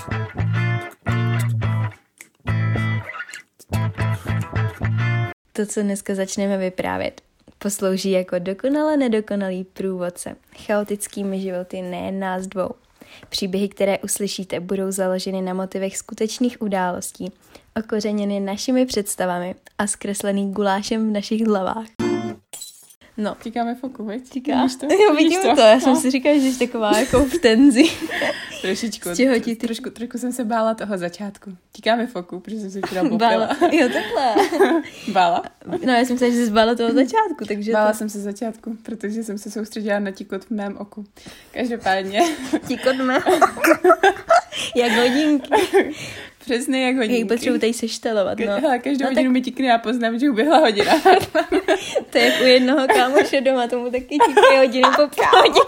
To, co dneska začneme vyprávět, poslouží jako dokonale nedokonalý průvodce chaotickými životy nejen nás dvou. Příběhy, které uslyšíte, budou založeny na motivech skutečných událostí, okořeněny našimi představami a zkreslený gulášem v našich hlavách. No. Tíkáme foku, veď? Tíkáš to? Jo, vidím to. Já jsem si říkala, že jsi taková jako v tenzi. Trošičku. Z čeho ti ty? Trošku jsem se bála toho začátku. Tíkáme foku, protože jsem se včera popila. Bála. Jo, takhle. Bála? No, já jsem myslela, že jsi bála toho začátku, takže Bála jsem se začátku, protože jsem se soustředila na tíkot v mém oku. Každopádně. Tíkot v mém oku. Jak hodinky. Přesně jak hodinky. Jak potřebuji tady seštelovat, no. Hele, každou hodinu mi tikne a poznám, že uběhla hodina. To je jak u jednoho kámoše doma, tomu taky tikne hodiny po půl hodině.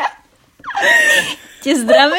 Tě zdravím.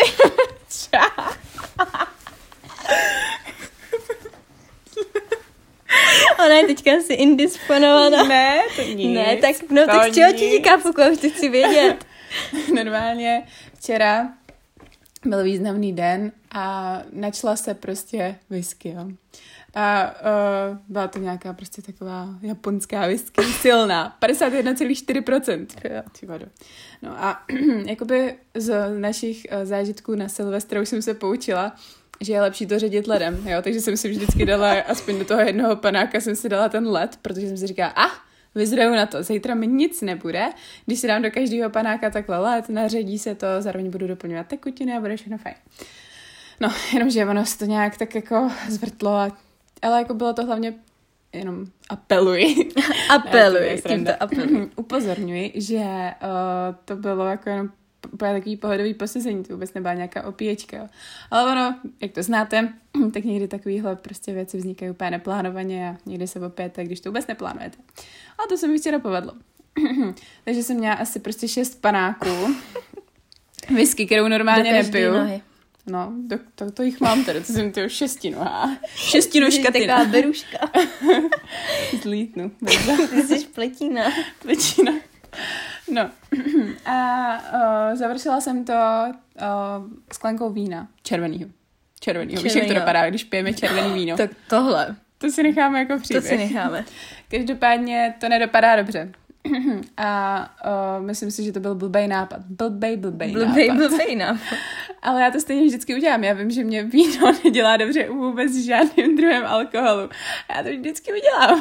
Ona je teďka asi indisponovaná. Ne, to nic. Ne, tak no, tak z čeho ti tíká foku, už to chci vědět. Normálně včera byl významný den a načala se prostě whisky, jo. A byla to nějaká prostě taková japonská whisky, silná, 51,4%. No a jakoby z našich zážitků na Silvestra už jsem se poučila, že je lepší to ředit ledem, jo, takže jsem si vždycky dala, aspoň do toho jednoho panáka jsem si dala ten led, protože jsem si říkala, vyzraju na to, zítra mi nic nebude, když si dám do každého panáka takhle led, naředí se to, zároveň budu doplňovat tekutiny a bude všechno fajn. No, jenomže ono se to nějak tak jako zvrtlo, ale jako bylo to hlavně jenom apeluji. Tímto apeluji. Upozorňuji, že to bylo jako jenom úplně takový pohodový posezení, to vůbec nebyla nějaká opíječka. Jo. Ale ono, jak to znáte, tak někdy takovýhle prostě věci vznikají úplně neplánovaně a někdy se opijete, když to vůbec neplánujete. A to se mi včera povedlo. Takže jsem měla asi prostě 6 panáků whisky, kterou normálně nepiju. Nohy. No, to jich mám tady, to jsem tyho 6nohá. 6nožka ty. Taková beruška. Zlítnu. Ty jsi pletína. Pletína. No. A završila jsem to sklenkou vína. Červenýho. Víš, jak to dopadá, když pijeme červený víno? Tak tohle. To si necháme jako příběh. To si necháme. Každopádně to nedopadá dobře. A myslím si, že to byl blbej nápad. Blbej nápad. Ale já to stejně vždycky udělám. Já vím, že mě víno nedělá dobře vůbec s žádným druhem alkoholu. A já to vždycky udělám.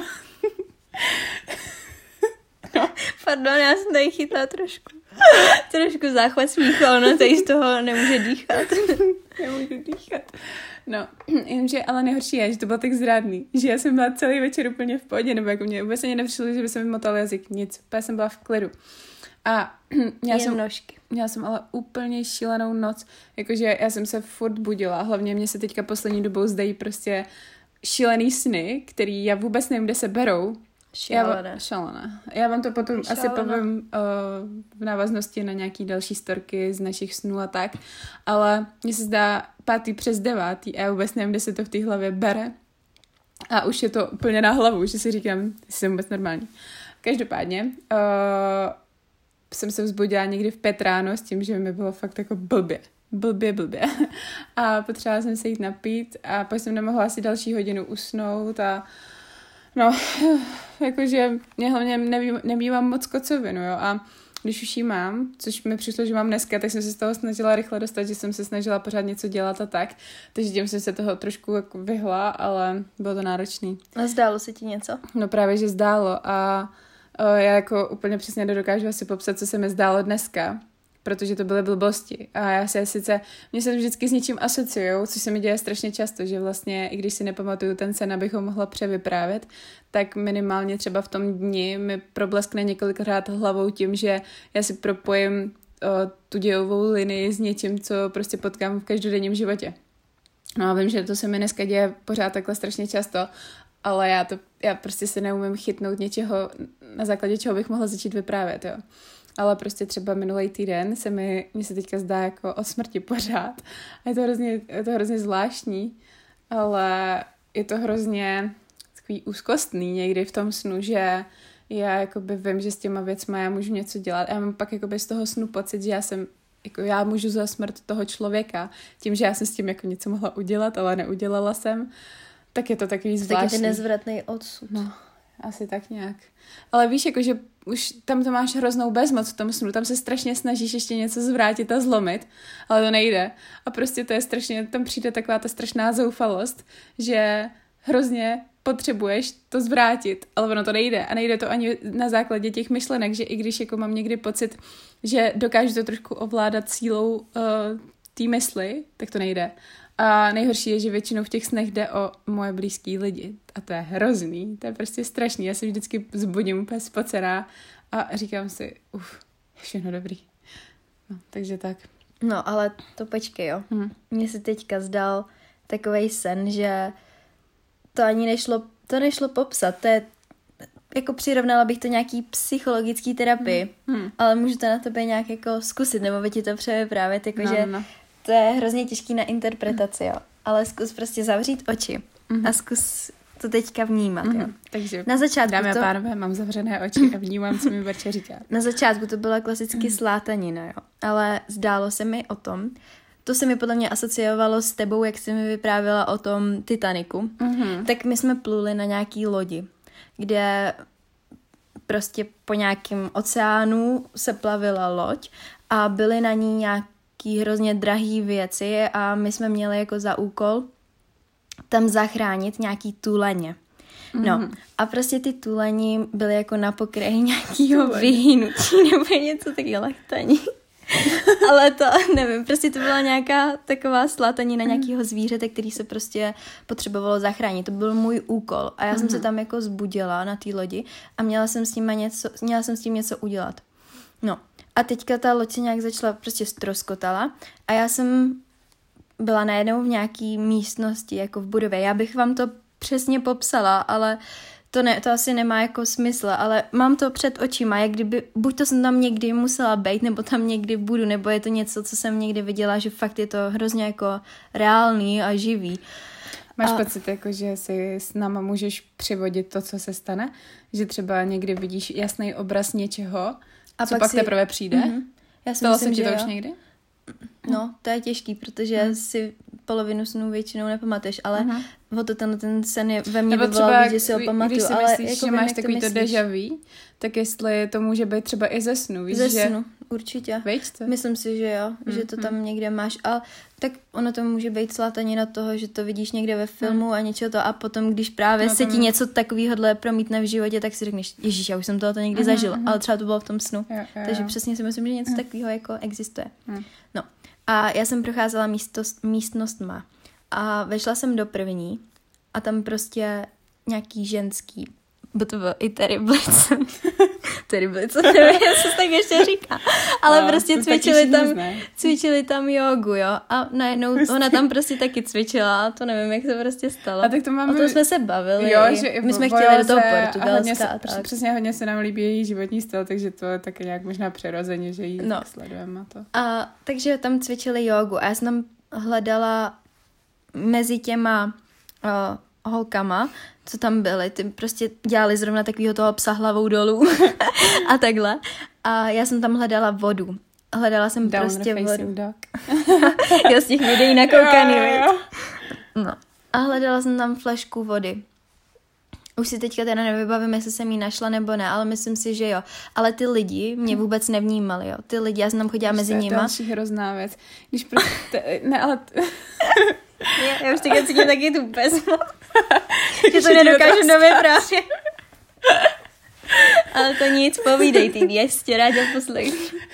No. Pardon, já jsem tady chytla trošku záchvat smíchu, ono tady z toho nemůže dýchat. Nemůžu dýchat. No, jenže ale nejhorší je, že to bylo tak zrádný, že já jsem byla celý večer úplně v pohodě, nebo jako mě vůbec ani nepřišlo, že by se mi motal jazyk, nic, já jsem byla v klidu. A měla jsem ale úplně šílenou noc, jakože já jsem se furt budila, hlavně mě se teďka poslední dobou zdají prostě šílený sny, který já vůbec nevím, kde se berou. Šalené. Já vám to potom asi povím v návaznosti na nějaký další storky z našich snů a tak, ale mně se zdá 5:50 a já vůbec nevím, kde se to v té hlavě bere a už je to úplně na hlavu, že si říkám, že jsem vůbec normální. Každopádně jsem se vzbudila někdy v 5 ráno s tím, že mi bylo fakt jako blbě. A potřebovala jsem se jít napít a pak jsem nemohla asi další hodinu usnout a no, jakože mě hlavně nebývám moc kocovinu, jo, a když už jí mám, což mi přišlo, že mám dneska, tak jsem se z toho snažila rychle dostat, že jsem se snažila pořád něco dělat a tak, takže tím jsem se toho trošku jako vyhla, ale bylo to náročný. A zdálo se ti něco? No právě, že zdálo a já jako úplně přesně nedokážu asi popsat, co se mi zdálo dneska, protože to byly blbosti. A já mě se vždycky s něčím asociujou, což se mi děje strašně často, že vlastně, i když si nepamatuju ten sen, abych ho mohla převyprávět, tak minimálně třeba v tom dni mi probleskne několikrát hlavou tím, že já si propojím tu dějovou linii s něčím, co prostě potkám v každodenním životě. No a vím, že to se mi dneska děje pořád takhle strašně často, ale já prostě si neumím chytnout něčeho, na základě čeho bych mohla začít vyprávět, jo. Ale prostě třeba minulý týden mně se teďka zdá jako o smrti pořád. A je to hrozně zvláštní, ale je to hrozně takový úzkostný někdy v tom snu, že já jakoby vím, že s těma věcma já můžu něco dělat. A já mám pak jakoby z toho snu pocit, že já jsem jako já můžu za smrt toho člověka, tím, že já jsem s tím jako něco mohla udělat, ale neudělala jsem, tak je to takový zvláštní. Tak je to nezvratný odsud. No, asi tak nějak. Ale víš, jako, že už tam to máš hroznou bezmoc v tom snu, tam se strašně snažíš ještě něco zvrátit a zlomit, ale to nejde. A prostě to je strašně, tam přijde taková ta strašná zoufalost, že hrozně potřebuješ to zvrátit, ale ono to nejde. A nejde to ani na základě těch myšlenek, že i když jako mám někdy pocit, že dokážu to trošku ovládat sílou té mysli, tak to nejde. A nejhorší je, že většinou v těch snech jde o moje blízký lidi. A to je hrozný, to je prostě strašný. Já se vždycky zbudím úplně spocená a říkám si, všechno dobrý. No, takže tak. No, ale to počkej, jo. Mně se teďka zdal takovej sen, že to ani nešlo popsat. To je, jako přirovnala bych to nějaký psychologický terapii, ale můžu to na tebe nějak jako zkusit, nebo by ti to převyprávět, jakože to je hrozně těžký na interpretaci, jo. Ale zkus prostě zavřít oči a zkus to teďka vnímat, jo. Takže na začátku dámy a pánové, mám zavřené oči a vnímám, co mi Barča říká. Na začátku to byla klasicky slátanina, jo. Ale zdálo se mi o tom, to se mi podle mě asociovalo s tebou, jak jsi mi vyprávěla o tom Titaniku. Tak my jsme pluli na nějaký lodi, kde prostě po nějakém oceánu se plavila loď a byly na ní nějaký hrozně drahý věci a my jsme měli jako za úkol tam zachránit nějaký tuleně. No a prostě ty tuleni byly jako na pokraji nějakého vyhynutí nebo něco takového lechtaní. Ale to, nevím, prostě to byla nějaká taková slátanina nějakého zvířete, který se prostě potřebovalo zachránit. To byl můj úkol a já jsem se tam jako zbudila na té lodi a měla jsem s tím něco udělat. No a teďka ta loď se nějak začala, prostě ztroskotala a já jsem byla najednou v nějaký místnosti, jako v budově. Já bych vám to přesně popsala, ale to asi nemá jako smysl, ale mám to před očima, jak kdyby, buď to jsem tam někdy musela být, nebo tam někdy budu, nebo je to něco, co jsem někdy viděla, že fakt je to hrozně jako reálný a živý. Máš pocit, jako, že si s náma můžeš přivodit to, co se stane? Že třeba někdy vidíš jasný obraz něčeho, a co pak teprve přijde? Já si Stalo myslím, se ti že to jo. už někdy? No, to je těžký, protože si polovinu snů většinou nepamatuješ, ale o to ten sen je ve mně vyvolal, že si ho pamatuju. Když si myslíš, jako že máš takový to déjà vu, tak jestli to může být třeba i ze snu, víš, ze snu, určitě. Víte? Myslím si, že jo, že to tam někde máš, ale tak ono to může být slátanina toho, že to vidíš někde ve filmu a něčeho to a potom, když právě se ti něco takovýhodle promítne v životě, tak si řekneš, ježíš, já už jsem tohoto někdy zažila, ale třeba to bylo v tom snu. Jo. Takže přesně si myslím, že něco takového jako existuje. No. A já jsem procházela místnostma a vešla jsem do první a tam prostě nějaký ženský, bo to bylo i Terry Blitzen. Terry Blitzen, nevím, co se tak ještě říká. Ale no, prostě cvičili tam jogu, jo. A najednou ona tam prostě taky cvičila a to nevím, jak se prostě stalo. A tak to máme... O tom jsme se bavili. Jo, že my jsme chtěli do toho Portugalska a tak. Přesně hodně se nám líbí její životní styl, takže to je taky nějak možná přirozeně, že ji tak sledujeme a to. A takže tam cvičili jogu a já jsem tam hledala mezi těma holkama, co tam byly, ty prostě dělali zrovna takovýho toho psa hlavou dolů a takhle. A já jsem tam hledala vodu. Hledala jsem Down prostě vodu. Jo, z těch videí nakoukaný, No. A hledala jsem tam flašku vody. Už si teďka teda nevybavím, jestli jsem ji našla nebo ne, ale myslím si, že jo. Ale ty lidi mě vůbec nevnímali, jo. Ty lidi, já jsem tam chodila mezi nima. To je další hrozná věc. Když prostě... Ne, ale... Já už teďka cítím taky tu bezmoc. Že to nedokážu dovyprávět. Ale to nic, povídej ty, ještě ráda poslouchám.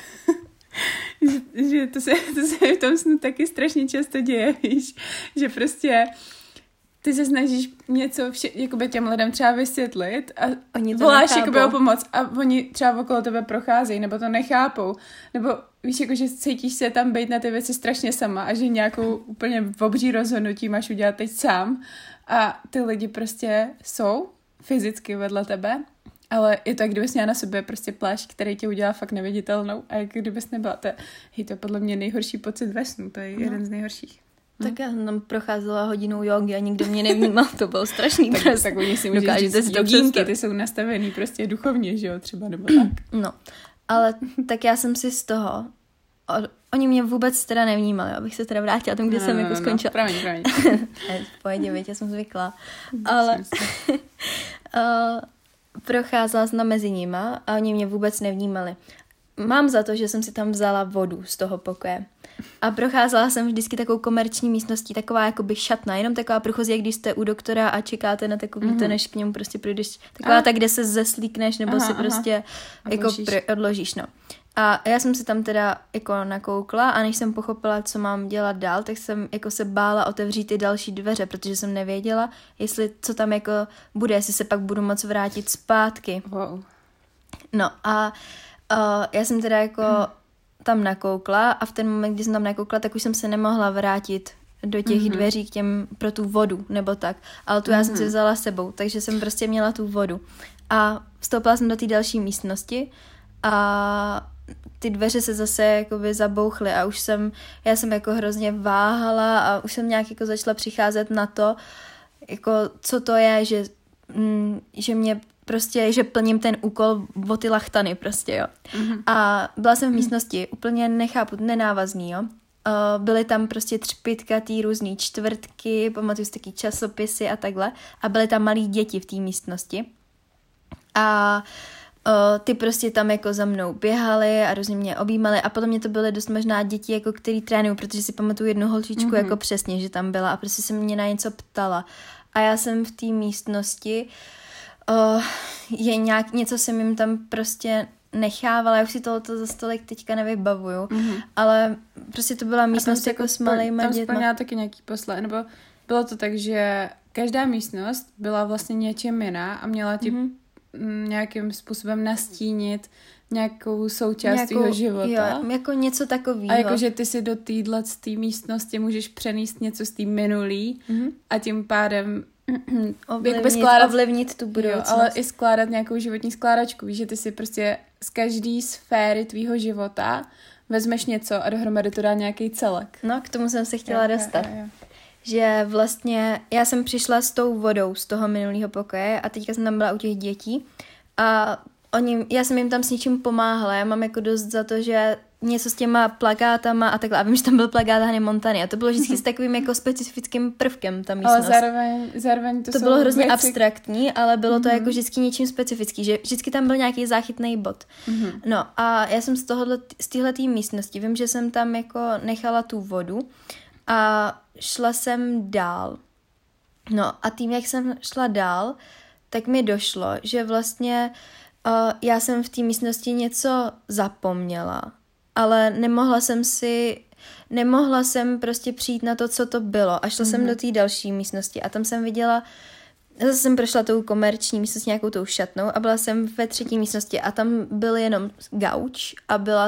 Že to se v tom snu taky strašně často děje, víš, že prostě ty se snažíš něco jakoby těm lidem třeba vysvětlit a voláš jakoby o pomoc a oni třeba okolo tebe procházejí nebo to nechápou, nebo víš, jako, že cítíš se tam být na ty věci strašně sama a že nějakou úplně obří rozhodnutí máš udělat teď sám a ty lidi prostě jsou fyzicky vedle tebe, ale je to, jak kdybys měla na sobě prostě plášť, který tě udělá fakt neviditelnou a jak kdybys nebyla. To je podle mě nejhorší pocit ve snu, to je jeden z nejhorších. Tak já jsem tam procházela hodinou jogy a nikdo mě nevnímal, to bylo strašný. Tak oni si můžeš říct, jogínky, ty jsou nastavený prostě duchovně, že jo, třeba nebo tak. No, ale tak já jsem si z toho oni mě vůbec teda nevnímali, abych se teda vrátila tam, kde jsem jako skončila. Promiň. V pohodě, viď, já jsem zvyklá. Ale procházela jsem tam mezi nima a oni mě vůbec nevnímali. Mám za to, že jsem si tam vzala vodu z toho pokoje. A procházela jsem vždycky takovou komerční místností, taková jakoby šatna, jenom taková průchozí, jak když jste u doktora a čekáte na takový to, než k němu prostě projdeš. Taková ta, kde se zeslíkneš nebo si prostě jako odložíš, no. A já jsem si tam teda jako nakoukla a než jsem pochopila, co mám dělat dál, tak jsem jako se bála otevřít ty další dveře, protože jsem nevěděla, co tam jako bude, jestli se pak budu moc vrátit zpátky. Wow. No a já jsem teda jako tam nakoukla a v ten moment, kdy jsem tam nakoukla, tak už jsem se nemohla vrátit do těch dveří pro tu vodu, nebo tak. Ale tu já jsem si vzala sebou, takže jsem prostě měla tu vodu. A vstoupila jsem do té další místnosti a ty dveře se zase jakoby zabouchly a já jsem jako hrozně váhala a už jsem nějak jako začala přicházet na to, jako co to je, že mě prostě, že plním ten úkol o ty lachtany prostě, jo. A byla jsem v místnosti, úplně nechápu, nenávazný, jo. Byly tam prostě třpitkatý různý čtvrtky, pamatuju si taky časopisy a takhle a byly tam malí děti v té místnosti a ty prostě tam jako za mnou běhaly a různě mě objímaly a potom mě to byly dost možná děti, jako který trénují, protože si pamatuju jednu holčičku jako přesně, že tam byla a prostě se mě na něco ptala. A já jsem v té místnosti něco jsem jim tam prostě nechávala, já už si tohoto za stolik teďka nevybavuju, ale prostě to byla místnost jako s malejma dětma. Tam splňala taky nějaký posle, nebo bylo to tak, že každá místnost byla vlastně něčem jiná a měla ti nějakým způsobem nastínit nějakou součást tvýho života. Jo, jako něco takového. A jakože ty si do téhle místnosti můžeš přenést něco z té minulý a tím pádem ovlivnit tu budoucnost. Jo, ale i skládat nějakou životní skládačku. Víš, že ty si prostě z každé sféry tvýho života vezmeš něco a dohromady to dá nějaký celek. No, k tomu jsem se chtěla dostat. Jo. Že vlastně já jsem přišla s tou vodou z toho minulého pokoje a teďka jsem tam byla u těch dětí a já jsem jim tam s něčím pomáhala. Já mám jako dost za to, že něco s těma plakátama a takhle. A vím, že tam byl plakát Hany Montany a to bylo vždycky s takovým jako specifickým prvkem ta místnost. Ale zároveň to bylo hrozně abstraktní, ale bylo to jako vždycky něčím specifický, že vždycky tam byl nějaký záchytný bod. No a já jsem z téhletý místnosti, vím, že jsem tam jako nechala tu vodu a šla jsem dál. No a tím, jak jsem šla dál, tak mi došlo, že vlastně já jsem v té místnosti něco zapomněla, ale nemohla jsem prostě přijít na to, co to bylo. A šla jsem do té další místnosti a tam jsem viděla, zase jsem prošla tou komerční místnost nějakou tou šatnou a byla jsem ve třetí místnosti a tam byl jenom gauč a byla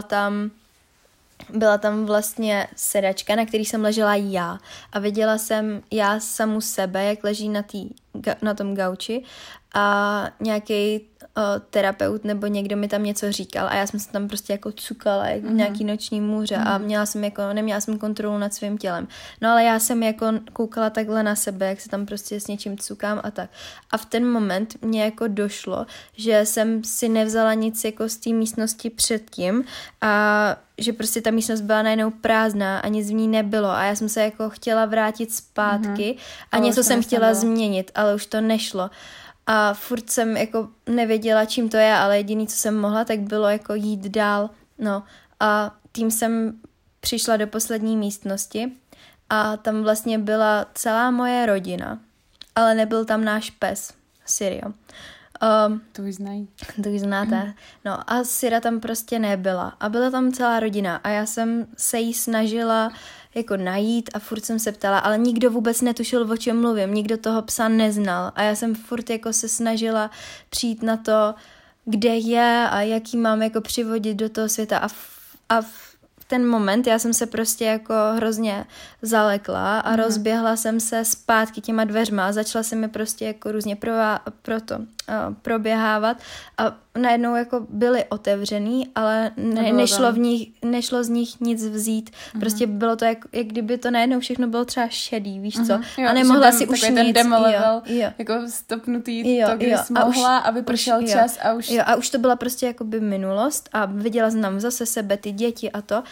tam vlastně sedačka, na který jsem ležela já a viděla jsem já samu sebe, jak leží na tom gauči a nějaký terapeut nebo někdo mi tam něco říkal a já jsem se tam prostě jako cukala jak v nějaký noční můře a neměla jsem kontrolu nad svým tělem. No ale já jsem jako koukala takhle na sebe, jak se tam prostě s něčím cukám a tak. A v ten moment mě jako došlo, že jsem si nevzala nic jako z té místnosti předtím a že prostě ta místnost byla najednou prázdná a nic v ní nebylo a já jsem se jako chtěla vrátit zpátky a něco jsem chtěla změnit, ale už to nešlo. A furt jsem jako nevěděla, čím to je, ale jediný, co jsem mohla, tak bylo jako jít dál. No a tím jsem přišla do poslední místnosti a tam vlastně byla celá moje rodina, ale nebyl tam náš pes, Sirio. To už znají. To už znáte. No a Sira tam prostě nebyla a byla tam celá rodina a já jsem se jí snažila jako najít a furt jsem se ptala, ale nikdo vůbec netušil, o čem mluvím, nikdo toho psa neznal a já jsem furt jako se snažila přijít na to, kde je a jaký mám jako přivodit do toho světa a v ten moment já jsem se prostě jako hrozně zalekla a rozběhla jsem se zpátky těma dveřma a začala se mi prostě jako různě proběhávat a najednou jako byly otevřený, ale nešlo z nich nic vzít. Prostě bylo to jak kdyby to najednou všechno bylo třeba šedý, víš co? Jo, a nemohla si už ten nic. Demo level, jako stopnutý to, kdy jsi mohla, aby prošel čas a už... Jo, a už to byla prostě jakoby minulost a viděla jsem tam zase sebe, ty děti a to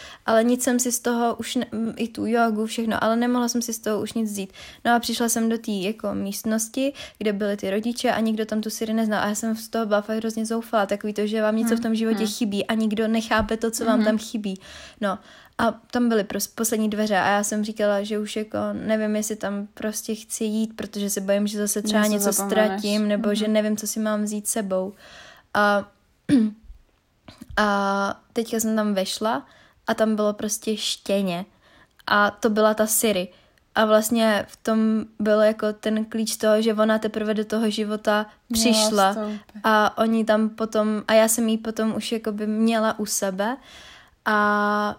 ale nic jsem si z toho už, i tu jogu, všechno, ale nemohla jsem si z toho už nic vzít. No a přišla jsem do té jako místnosti, kde byly ty rodiče a nikdo tam tu Siri neznal a já jsem z toho byla fakt hrozně zoufalá, takový to, že vám něco v tom životě chybí a nikdo nechápe to, co vám tam chybí. No a tam byly poslední dveře a já jsem říkala, že už jako nevím, jestli tam prostě chci jít, protože se bojím, že zase třeba něco ztratím, nebo že nevím, co si mám vzít sebou. A teďka jsem tam vešla a tam bylo prostě štěně a to byla ta Siri. A vlastně v tom byl jako ten klíč toho, že ona teprve do toho života přišla a oni tam potom, a já jsem jí potom už jakoby měla u sebe a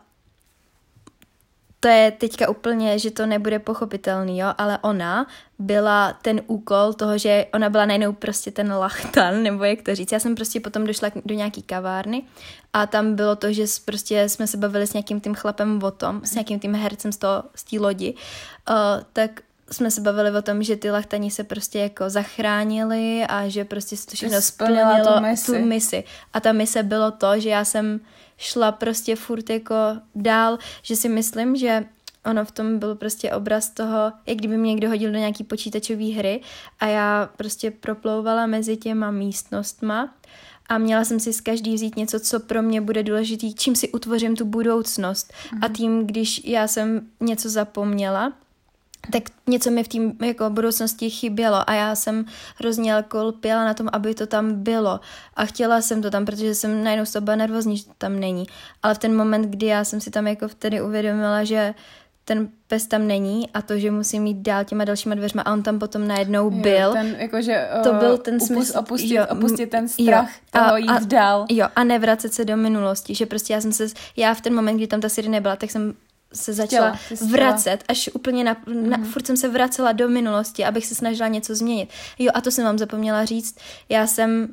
to je teďka úplně, že to nebude pochopitelný, jo, ale ona byla ten úkol toho, že ona byla najednou prostě ten lachtan, nebo jak to říct. Já jsem prostě potom došla do nějaký kavárny a tam bylo to, že prostě jsme se bavili s nějakým tím chlapem o tom, s nějakým tím hercem z té lodi, tak jsme se bavili o tom, že ty lachtani se prostě jako zachránili a že prostě to všechno splnilo tu misi. A ta mise bylo to, že já jsem šla prostě furt jako dál, že si myslím, že ono v tom byl prostě obraz toho, jak kdyby mě někdo hodil do nějaký počítačové hry a já prostě proplouvala mezi těma místnostma a měla jsem si z každý vzít něco, co pro mě bude důležitý, čím si utvořím tu budoucnost. A tím, když já jsem něco zapomněla, tak něco mi v té jako budoucnosti chybělo a já jsem hrozně jako lpěla na tom, aby to tam bylo a chtěla jsem to tam, protože jsem najednou z toho byla nervózní, že to tam není. Ale v ten moment, kdy já jsem si tam jako vtedy uvědomila, že ten pes tam není a to, že musím jít dál těma dalšíma dveřma a on tam potom najednou byl. Ten, jakože, to byl ten smysl. Opustit ten strach toho jít dál. Jo, a nevracet se do minulosti, že prostě já v ten moment, kdy tam ta Siri nebyla, tak jsem se začala vracet, až úplně furt jsem se vracela do minulosti, abych se snažila něco změnit. Jo, a to jsem vám zapomněla říct. Já jsem,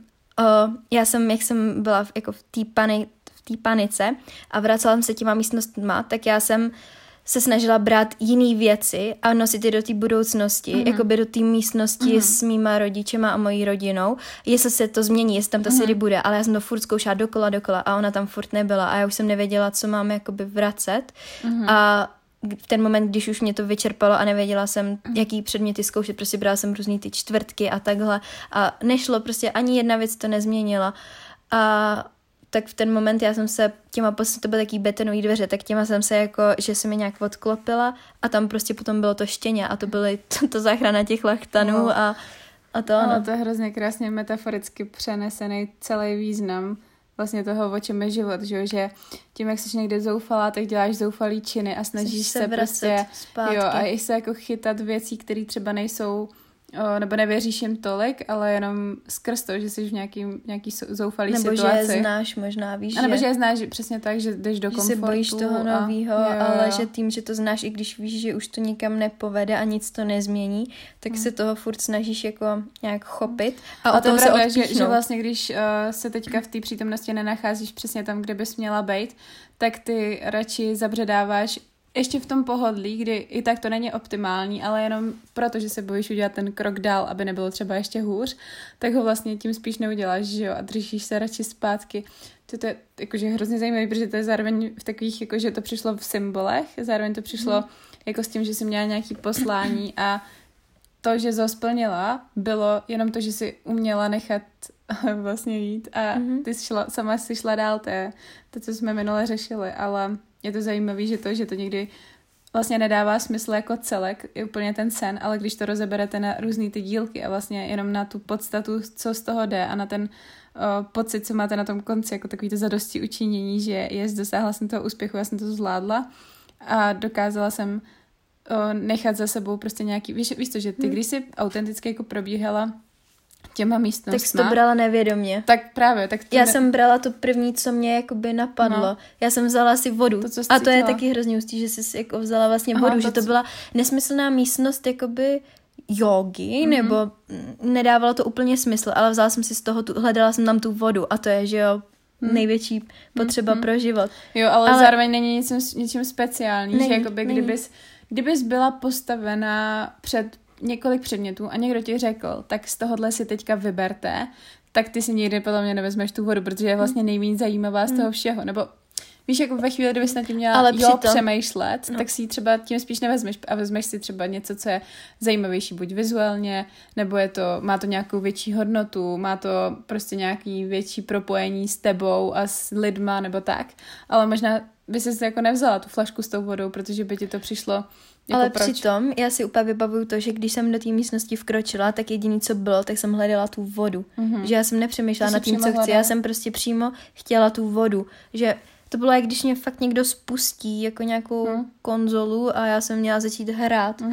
jak jsem byla jako v té panice a vracela jsem se těma místnostma, tak já jsem se snažila brát jiný věci a nosit je do té budoucnosti, jakoby do té místnosti s mýma rodičema a mojí rodinou, jestli se to změní, jestli tam ta Siri bude, ale já jsem to furt zkoušela dokola a ona tam furt nebyla a já už jsem nevěděla, co mám jakoby vracet a v ten moment, když už mě to vyčerpalo a nevěděla jsem, jaký předměty zkoušet, prostě brala jsem různý ty čtvrtky a takhle a nešlo, prostě ani jedna věc to nezměnila a tak v ten moment já jsem se to byly taký betonový dveře, tak těma jsem se jako, že se mi nějak odklopila a tam prostě potom bylo to štěně a to byly to záchrana těch lachtanů a to ono. Ale to je hrozně krásně metaforicky přenesený celý význam vlastně toho, o čem je život, že tím, jak jsi někde zoufalá, tak děláš zoufalý činy a snažíš se prostě zpátky. Jo, a i se jako chytat věcí, které třeba nejsou nebo nevěříš jim tolik, ale jenom skrz to, že jsi v nějaký zoufalý nebo situaci. Nebo že je znáš možná, víš, a nebo že je znáš přesně tak, že jdeš do komfortu. Že se bojíš toho novýho, ale že tím, že to znáš, i když víš, že už to nikam nepovede a nic to nezmění, tak se toho furt snažíš jako nějak chopit a o toho se odpíchnout. Že vlastně když se teďka v té přítomnosti nenacházíš přesně tam, kde bys měla být, tak ty radši zabředáváš ještě v tom pohodlí, kdy i tak to není optimální, ale jenom proto, že se bojíš udělat ten krok dál, aby nebylo třeba ještě hůř, tak ho vlastně tím spíš neuděláš, že jo, a držíš se radši zpátky. To je jakože hrozně zajímavé, protože to je zároveň v takových, jakože to přišlo v symbolech, zároveň to přišlo jako s tím, že jsi měla nějaký poslání a to, že Zo splnila, bylo jenom to, že si uměla nechat vlastně jít a ty sama si šla dál, to je to, co jsme minule řešili, ale je to zajímavé, že to někdy vlastně nedává smysl jako celek, je úplně ten sen, ale když to rozeberete na různý ty dílky a vlastně jenom na tu podstatu, co z toho jde a na ten pocit, co máte na tom konci, jako takový to zadosti učinění, že dosáhla jsem toho úspěchu, já jsem to zvládla a dokázala jsem nechat za sebou prostě nějaký, víš to, že ty když jsi autenticky jako probíhala těma místnostma. Tak jsi to brala nevědomě. Tak právě. Tak já jsem brala to první, co mě jakoby napadlo. No. Já jsem vzala si vodu. A to je taky hrozně hustý, že jsi jako vzala vlastně vodu, že to byla nesmyslná místnost jakoby jógy, nebo nedávalo to úplně smysl, ale vzala jsem si z toho, hledala jsem tam tu vodu a to je, že jo, největší potřeba pro život. Jo, ale zároveň není ničím speciální, že jakoby kdybys byla postavená před několik předmětů a někdo ti řekl, tak z tohohle si teďka vyberte, tak ty si nikdy podle mě nevezmeš tu vodu, protože je vlastně nejméně zajímavá z toho všeho. Nebo víš, jako ve chvíli, kdybys nad tím měla přemýšlet, tak si ji třeba tím spíš nevezmeš a vezmeš si třeba něco, co je zajímavější, buď vizuálně, nebo má to nějakou větší hodnotu, má to prostě nějaký větší propojení s tebou a s lidma, nebo tak, ale možná by si jako nevzala tu flašku s tou vodou, protože by ti to přišlo jako ale proč? Přitom já si úplně vybavuju to, že když jsem do té místnosti vkročila, tak jediný, co bylo, tak jsem hledala tu vodu. Že já jsem nepřemýšlela nad tím, co chci, já jsem prostě přímo chtěla tu vodu. Že to bylo, jak když mě fakt někdo spustí jako nějakou konzolu a já jsem měla začít hrát.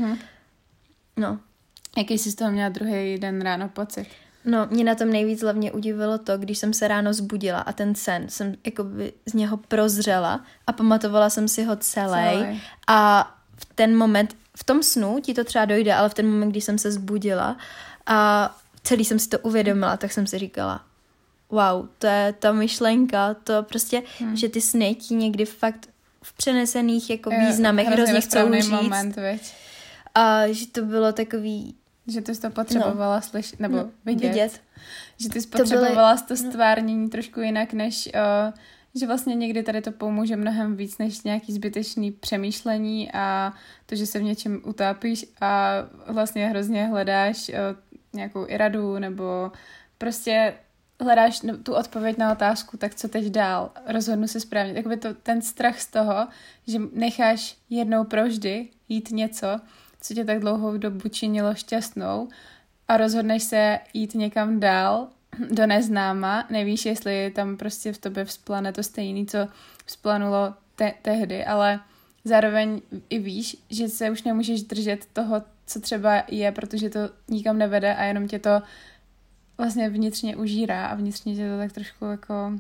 No. Jaký jsi z toho měla druhý den ráno pocit? No, mě na tom nejvíc hlavně udivilo to, když jsem se ráno zbudila a ten sen jsem jakoby z něho prozřela a pamatovala jsem si ho celý. A v ten moment, v tom snu ti to třeba dojde, ale v ten moment, když jsem se zbudila a celý jsem si to uvědomila, tak jsem si říkala, wow, to je ta myšlenka, to prostě, že ty sny ti někdy fakt v přenesených jako významech hrozně chcou říct. Moment, a že to bylo takový... Že ty jsi to potřebovala slyšet, nebo vidět. Že ty jsi potřebovala to stvárnění trošku jinak, než... že vlastně někdy tady to pomůže mnohem víc než nějaký zbytečný přemýšlení a to, že se v něčem utápíš a vlastně hrozně hledáš nějakou iradu nebo prostě hledáš tu odpověď na otázku, tak co teď dál, rozhodnu se správně. Takový ten strach z toho, že necháš jednou provždy jít něco, co tě tak dlouhou dobu činilo šťastnou a rozhodneš se jít někam dál do neznáma, nevíš, jestli tam prostě v tobě vzplane to stejný, co vzplanulo tehdy, ale zároveň i víš, že se už nemůžeš držet toho, co třeba je, protože to nikam nevede a jenom tě to vlastně vnitřně užírá a vnitřně tě to tak trošku jako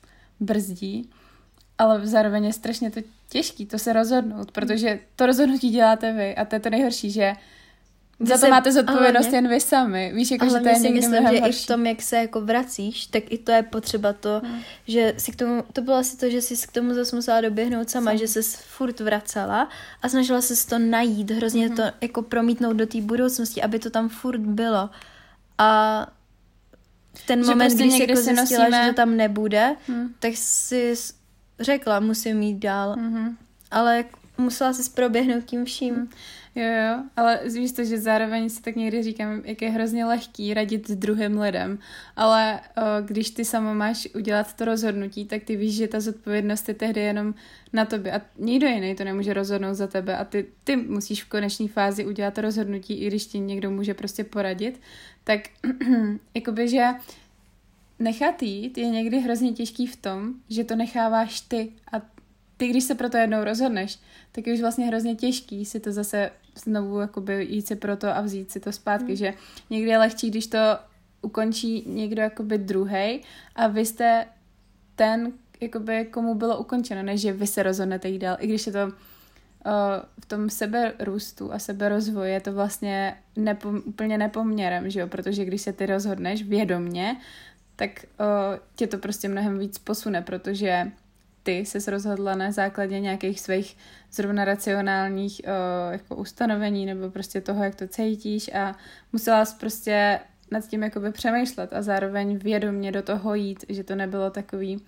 brzdí, ale zároveň je strašně to těžký to se rozhodnout, protože to rozhodnutí děláte vy a to je to nejhorší, že za to máte zodpovědnost jen vy sami. Víš, jako, že to je někdy mnohem horší. I v tom, jak se jako vracíš, tak i to je potřeba to, že si k tomu, to bylo asi to, že jsi k tomu zase musela doběhnout sama, že se furt vracela a snažila se to najít, hrozně to jako promítnout do té budoucnosti, aby to tam furt bylo. A ten moment, prostě když jsi jako zjistila, že to tam nebude, tak si řekla, musím jít dál. Ale musela si proběhnout tím vším. Jo, ale víš to, že zároveň si tak někdy říkám, jak je hrozně lehký radit s druhým lidem, ale když ty sama máš udělat to rozhodnutí, tak ty víš, že ta zodpovědnost je tehdy jenom na tobě a nikdo jiný to nemůže rozhodnout za tebe a ty musíš v konečné fázi udělat to rozhodnutí, i když ti někdo může prostě poradit, tak jakoby, že nechat jít je někdy hrozně těžký v tom, že to necháváš ty a ty, když se pro to jednou rozhodneš, tak je už vlastně hrozně těžký si to zase znovu jakoby jít si pro to a vzít si to zpátky, že někdy je lehčí, když to ukončí někdo jakoby druhej a vy jste ten, jakoby komu bylo ukončeno, než že vy se rozhodnete jít dál. I když je to v tom seberůstu a seberozvoji je to vlastně úplně nepoměrem, že jo? Protože když se ty rozhodneš vědomně, tak tě to prostě mnohem víc posune, protože ty ses rozhodla na základě nějakých svých zrovna racionálních jako ustanovení nebo prostě toho, jak to cítíš a musela jsi prostě nad tím jakoby přemýšlet a zároveň vědomě do toho jít, že to nebylo takový,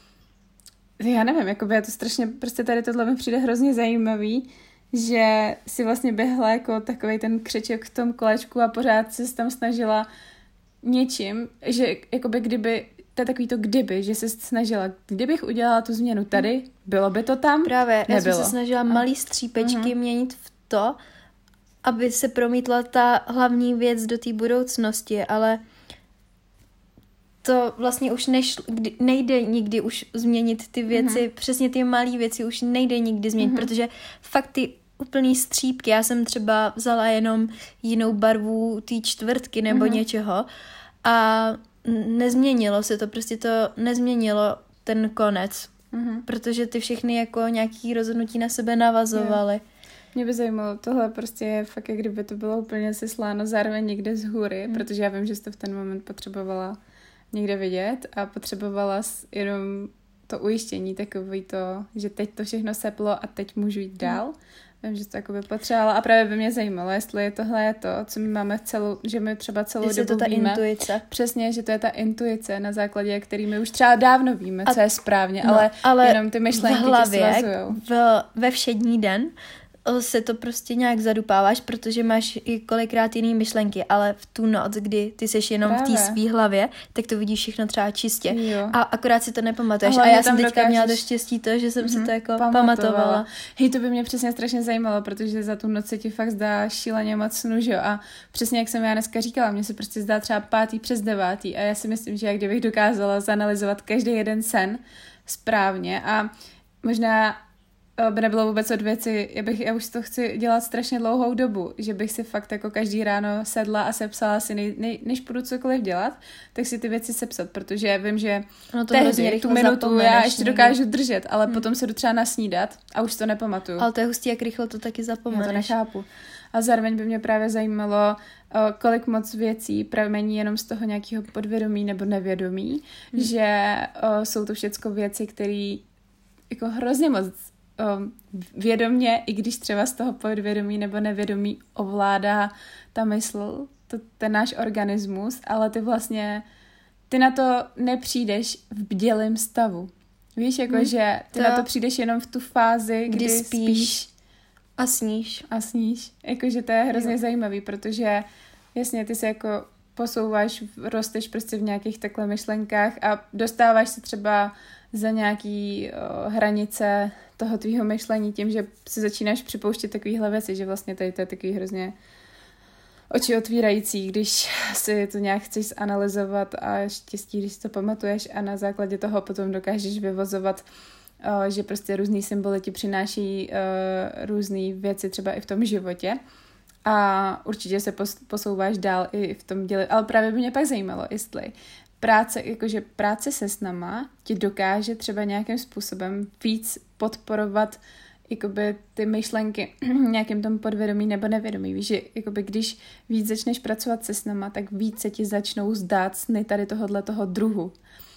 já nevím, jakoby je to strašně, prostě tady tohle mi přijde hrozně zajímavý, že si vlastně běhla jako takovej ten křeček v tom kolečku a pořád se tam snažila něčím, že jakoby kdyby to je takový to kdyby, že se snažila, kdybych udělala tu změnu tady, bylo by to tam? Právě, já jsem se snažila malý střípečky měnit v to, aby se promítla ta hlavní věc do té budoucnosti, ale to vlastně už nejde nikdy už změnit ty věci, přesně ty malé věci už nejde nikdy změnit, protože fakt ty úplný střípky, já jsem třeba vzala jenom jinou barvu té čtvrtky nebo něčeho a nezměnilo se to, prostě to nezměnilo ten konec, protože ty všechny jako nějaký rozhodnutí na sebe navazovaly. Mě by zajímalo, tohle prostě je fakt, jak kdyby to bylo úplně sesláno zároveň někde z hůry, protože já vím, že jsi to v ten moment potřebovala někde vidět a potřebovala jenom to ujištění, takový to, že teď to všechno seplo a teď můžu jít dál. Vím, že to jakoby potřebovala a právě by mě zajímalo, jestli tohle je to, co my máme že my třeba celou dobu to ta víme. Intuice. Přesně, že to je ta intuice, na základě který my už třeba dávno víme, co je správně, ale jenom ty myšlenky v hlavě, tě svazujou. Ve všední den se to prostě nějak zadupáváš, protože máš i kolikrát jiný myšlenky, ale v tu noc, kdy ty seš jenom v té svý hlavě, tak to vidíš všechno třeba čistě. Jo. A akorát si to nepamatuješ. A já jsem teďka měla to štěstí to, že jsem si to jako pamatovala. Hej, to by mě přesně strašně zajímalo, protože za tu noc se ti fakt zdá šíleně moc snu, že jo? A přesně jak jsem já dneska říkala, mně se prostě zdá třeba 5. přes 9. A já si myslím, že jak kdybych dokázala zanalyzovat každý jeden sen správně a možná by nebylo vůbec od věci, já už to chci dělat strašně dlouhou dobu, že bych si fakt jako každý ráno sedla a sepsala si, než půjdu cokoliv dělat, tak si ty věci sepsat, protože vím, že tehdy tu minutu já ještě dokážu držet, ale potom se jdu třeba nasnídat a už to nepamatuju. Ale to je hustý, jak rychle to taky zapomeneš. Já to nechápu. A zároveň by mě právě zajímalo, kolik moc věcí pramení jenom z toho nějakého podvědomí nebo nevědomí, že jsou to všecko věci, které jako hrozně moc vědomě, i když třeba z toho podvědomí nebo nevědomí ovládá ta mysl, ten náš organismus, ale ty na to nepřijdeš v bdělém stavu. Víš, jako že ty na to přijdeš jenom v tu fázi, kdy spíš a sníš. Jakože to je hrozně zajímavý, protože jasně ty se jako posouváš, rosteš prostě v nějakých takhle myšlenkách a dostáváš se třeba za nějaký hranice toho tvýho myšlení tím, že si začínáš připouštět takovýhle věci, že vlastně tady to je takový hrozně oči otvírající, když si to nějak chceš analyzovat a štěstí, když si to pamatuješ a na základě toho potom dokážeš vyvozovat, že prostě různý symboly ti přináší různé věci třeba i v tom životě. A určitě se posouváš dál i v tom děli. Ale právě by mě pak zajímalo, jestli práce se snama ti dokáže třeba nějakým způsobem víc podporovat jakoby ty myšlenky nějakým tom podvědomí nebo nevědomí. Víš, že jakoby když víc začneš pracovat se snama, tak víc se ti začnou zdát sny tady toho druhu.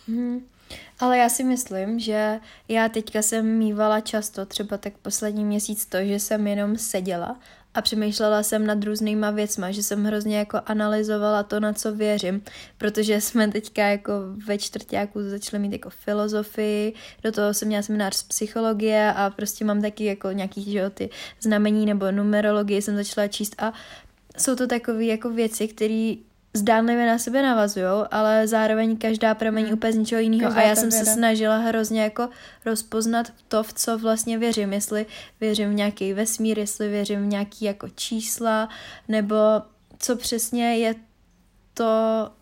Ale já si myslím, že já teďka jsem mívala často, třeba tak poslední měsíc to, že jsem jenom seděla a přemýšlela jsem nad různýma věcma, že jsem hrozně jako analyzovala to, na co věřím, protože jsme teďka jako ve čtvrťáku začali mít jako filozofii, do toho jsem měla seminář z psychologie a prostě mám taky jako nějaký, že jo, ty znamení nebo numerologii jsem začala číst a jsou to takové jako věci, které zdánlivě na sebe navazujou, ale zároveň každá pramení úplně z něčeho jiného. A já jsem se snažila hrozně jako rozpoznat to, v co vlastně věřím. Jestli věřím v nějaký vesmír, jestli věřím v nějaký jako čísla, nebo co přesně je to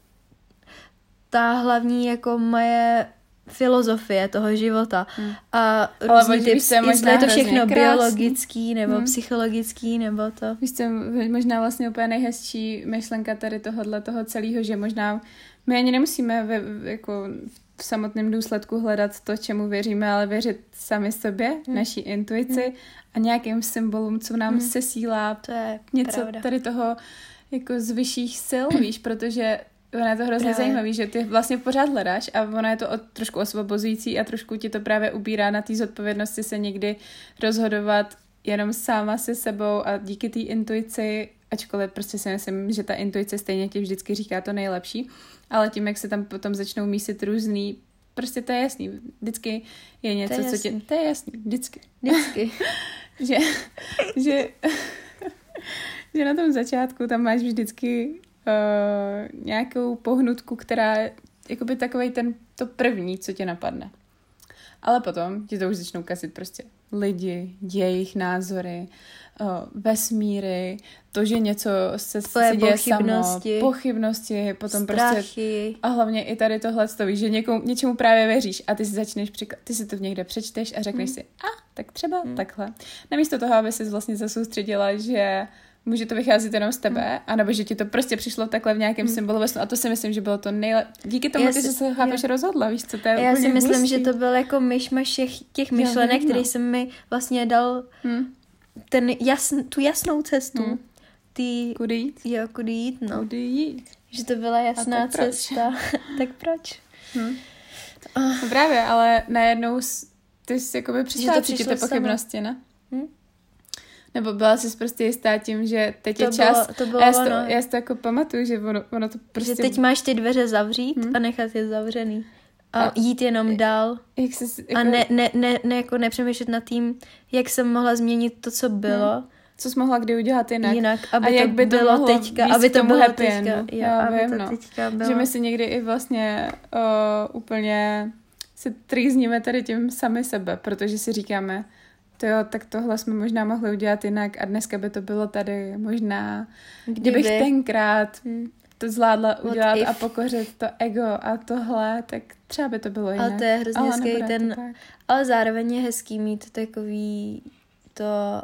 ta hlavní jako moje filozofie toho života. A různý typ, jestli je to všechno biologický, nebo psychologický, nebo to. Víš, co možná vlastně úplně nejhezčí myšlenka tady toho celého, že možná my ani nemusíme jako v samotném důsledku hledat to, čemu věříme, ale věřit sami sobě, naší intuici a nějakým symbolům, co nám sesílá to je něco pravda. Tady toho jako z vyšších sil, víš, protože ono je to hrozně zajímavý, že ty vlastně pořád hledáš a ono je to trošku osvobozující a trošku ti to právě ubírá na té zodpovědnosti se někdy rozhodovat jenom sama se sebou a díky té intuici, ačkoliv prostě si myslím, že ta intuice stejně ti vždycky říká to nejlepší, ale tím, jak se tam potom začnou mísit různý, prostě to je jasný, vždycky je něco, co tě... To je jasný, vždycky. že na tom začátku tam máš vždycky nějakou pohnutku, která je jakoby takovej to první, co tě napadne. Ale potom ti to už začnou kazit prostě lidi, jejich názory, vesmíry, to, že něco se děje samo, pochybnosti, potom strachy. Prostě a hlavně i tady tohle víš, že něčemu právě věříš a ty si začneš ty si to někde přečteš a řekneš si, tak třeba takhle. Namísto toho, aby ses vlastně zasoustředila, že může to vycházet jenom z tebe, anebo že ti to prostě přišlo takhle v nějakém symbolu ve snu. A to si myslím, že bylo to nejlepší. Díky tomu ty se chápeš rozhodla, víš co, to je. Já si myslím, hustý. Že to byl jako myšmaš všech těch myšlenek, který jsem mi vlastně dal tu jasnou cestu. Kudy jít? Jo, kudy jít, no. Kudy jít. Že to byla jasná cesta. Tak proč? No právě, ale najednou ty jsi jakoby přišla cítit ty pochybnosti, ne? Nebo byla jsi prostě jistá tím, že teď je čas. To bylo já si to jako pamatuju, že ono to prostě... Že teď máš ty dveře zavřít a nechat je zavřený. A jít jenom dál. Jak jsi, jako... A ne jako nepřemýšlet nad tím, jak jsem mohla změnit to, co bylo. Co jsi mohla kdy udělat jinak. Aby a jak to by to bylo teďka. Aby to bylo teďka. Teďka bylo. Že my si někdy i vlastně úplně se trýzníme tady tím sami sebe, protože si říkáme, tak tohle jsme možná mohli udělat jinak a dneska by to bylo tady možná, kdybych tenkrát to zvládla udělat a pokořit to ego a tohle, tak třeba by to bylo jinak. Ale to je hrozně hezký ale zároveň je hezký mít takový to,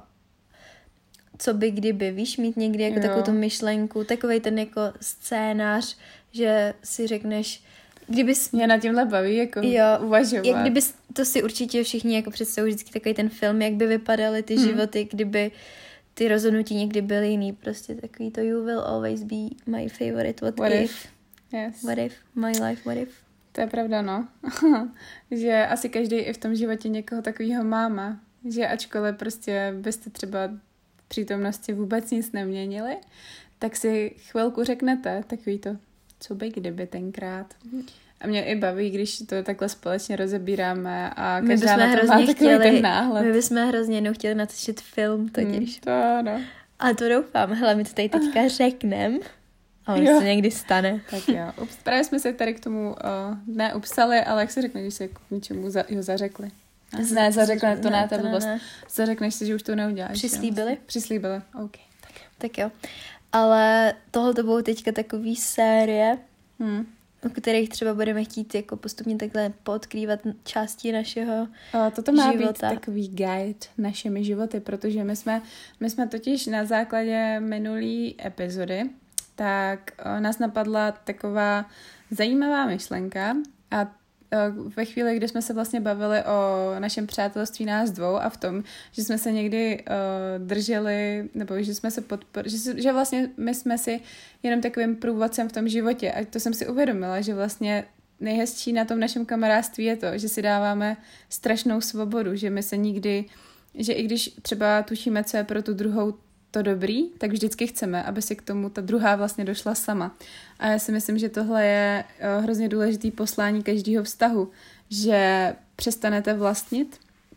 co by kdyby, víš, mít někdy jako takovou tu myšlenku, takovej ten jako scénář, že si řekneš, kdybys... Mě na tímhle baví jako uvažovat. Jak kdybys, to si určitě všichni jako představují vždycky takový ten film, jak by vypadaly ty životy, kdyby ty rozhodnutí někdy byly jiný. Prostě takový to you will always be my favorite, what if. Yes. What if, my life, what if. To je pravda, no. Že asi každý i v tom životě někoho takového máma. Že ačkoliv prostě byste třeba v přítomnosti vůbec nic neměnili, tak si chvilku řeknete takový to, co by kdyby tenkrát. A mě i baví, když to takhle společně rozebíráme a každá na to má takový ten náhled. My bychom hrozně jednou chtěli natočit film totiž. To no. Ale to doufám, hele, my to tady teďka řekneme a on se někdy stane. Tak jo. Právě jsme se tady k tomu ne upsali, ale jak se řekne, když se k něčemu zařekli. Ne, zařekli, to ne, to je blbost. Zařekneš si, že už to neuděláš. Přislíbili? Přislíbili, OK. Tak jo. Ale tohle to budou teďka takový série, o kterých třeba budeme chtít jako postupně takhle podkrývat části našeho Toto má života. Být takový guide našimi životy, protože my jsme totiž na základě minulý epizody, tak nás napadla taková zajímavá myšlenka a ve chvíli, kdy jsme se vlastně bavili o našem přátelství nás dvou a v tom, že jsme se někdy drželi, nebo že jsme se že vlastně my jsme si jenom takovým průvodcem v tom životě a to jsem si uvědomila, že vlastně nejhezčí na tom našem kamarádství je to, že si dáváme strašnou svobodu, že my se nikdy, že i když třeba tušíme, co je pro tu druhou to dobrý, tak vždycky chceme, aby si k tomu ta druhá vlastně došla sama. A já si myslím, že tohle je hrozně důležitý poslání každého vztahu, že přestanete vlastnit,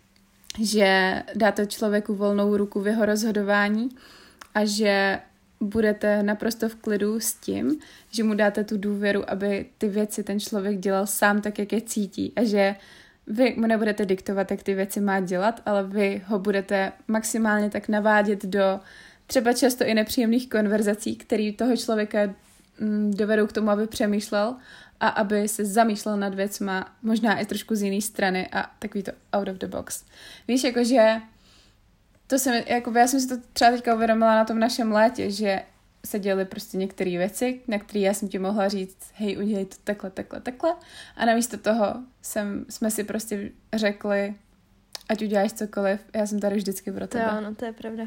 že dáte člověku volnou ruku v jeho rozhodování a že budete naprosto v klidu s tím, že mu dáte tu důvěru, aby ty věci ten člověk dělal sám tak, jak je cítí a že vy mu nebudete diktovat, jak ty věci má dělat, ale vy ho budete maximálně tak navádět do třeba často i nepříjemných konverzací, které toho člověka dovedou k tomu, aby přemýšlel a aby se zamýšlel nad věcma, možná i trošku z jiné strany a takový to out of the box. Víš, jakože já jsem si to třeba teďka uvědomila na tom našem létě, že se děly prostě některé věci, na které já jsem ti mohla říct, hej, udělej to takhle. A namísto toho jsme si prostě řekli, ať uděláš cokoliv, já jsem tady vždycky pro tebe. To ano, to je pravda.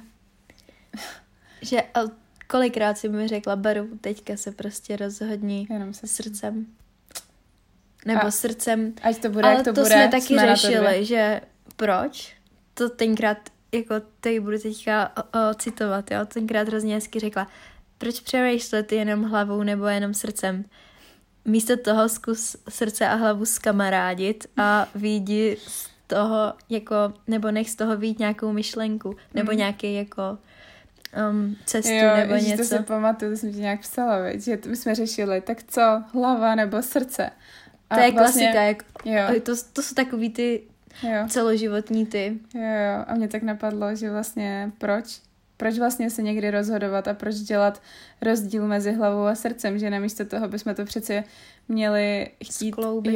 Že kolikrát si mi řekla, Baru, teďka se prostě rozhodni srdcem. Nebo srdcem. Ať to bude, ale jak to bude. Ale to jsme taky řešili, že proč? To tenkrát, jako tady budu teďka citovat, jo? Tenkrát hrozně hezky řekla, proč přemýšlet jenom hlavou nebo jenom srdcem? Místo toho zkus srdce a hlavu zkamarádit a vyjdi z toho, jako, nebo nech z toho vyjít nějakou myšlenku, nebo nějaký jako cestu nebo něco. To si pamatuju, to jsem ti nějak psala, veď, že my jsme řešili, tak co, hlava nebo srdce? A to je vlastně, klasika, to jsou takový ty celoživotní ty. Jo, a mě tak napadlo, že vlastně proč vlastně se někdy rozhodovat a proč dělat rozdíl mezi hlavou a srdcem, že namísto toho bychom to přece měli chtít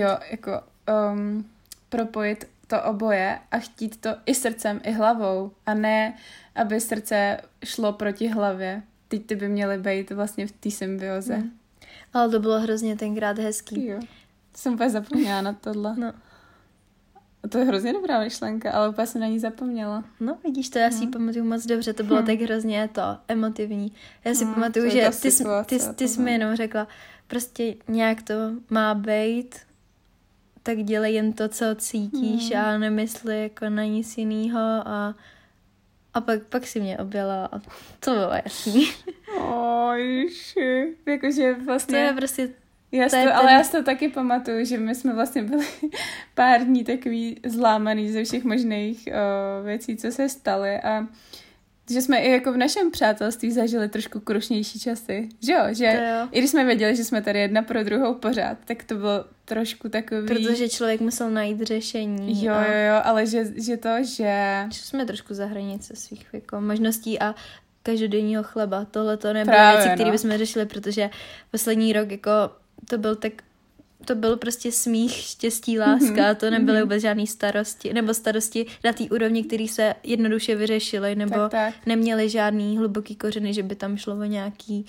propojit to oboje a chtít to i srdcem, i hlavou a ne, aby srdce šlo proti hlavě. Teď ty by měly být vlastně v té symbioze. Ale to bylo hrozně tenkrát hezký. Jo. Jsem úplně zapomněla na tohle. No. To je hrozně dobrá myšlenka, ale úplně jsem na ní zapomněla. No, vidíš, to já si pamatuju moc dobře, to bylo tak hrozně emotivní. Já si pamatuju, že ty jsi mi jenom řekla, prostě nějak to má být, tak dělej jen to, co cítíš a nemysli jako na nic jinýho a pak si mě objela a to bylo jasný. Ježiši. Jakože vlastně... To je prostě... Ale já si to taky pamatuju, že my jsme vlastně byli pár dní takový zlámaný ze všech možných věcí, co se staly a že jsme i jako v našem přátelství zažili trošku krušnější časy. Že jo? Že i když jsme věděli, že jsme tady jedna pro druhou pořád, tak to bylo trošku takový... Protože člověk musel najít řešení. Jo, ale že Že jsme trošku za hranice svých jako možností a každodenního chleba. Tohle to nebyly věci, které bychom řešili, protože poslední rok jako to byl prostě smích, štěstí, láska, to nebyly vůbec žádný starosti, nebo starosti na té úrovni, které se jednoduše vyřešily, nebo neměly žádný hluboký kořeny, že by tam šlo o nějaký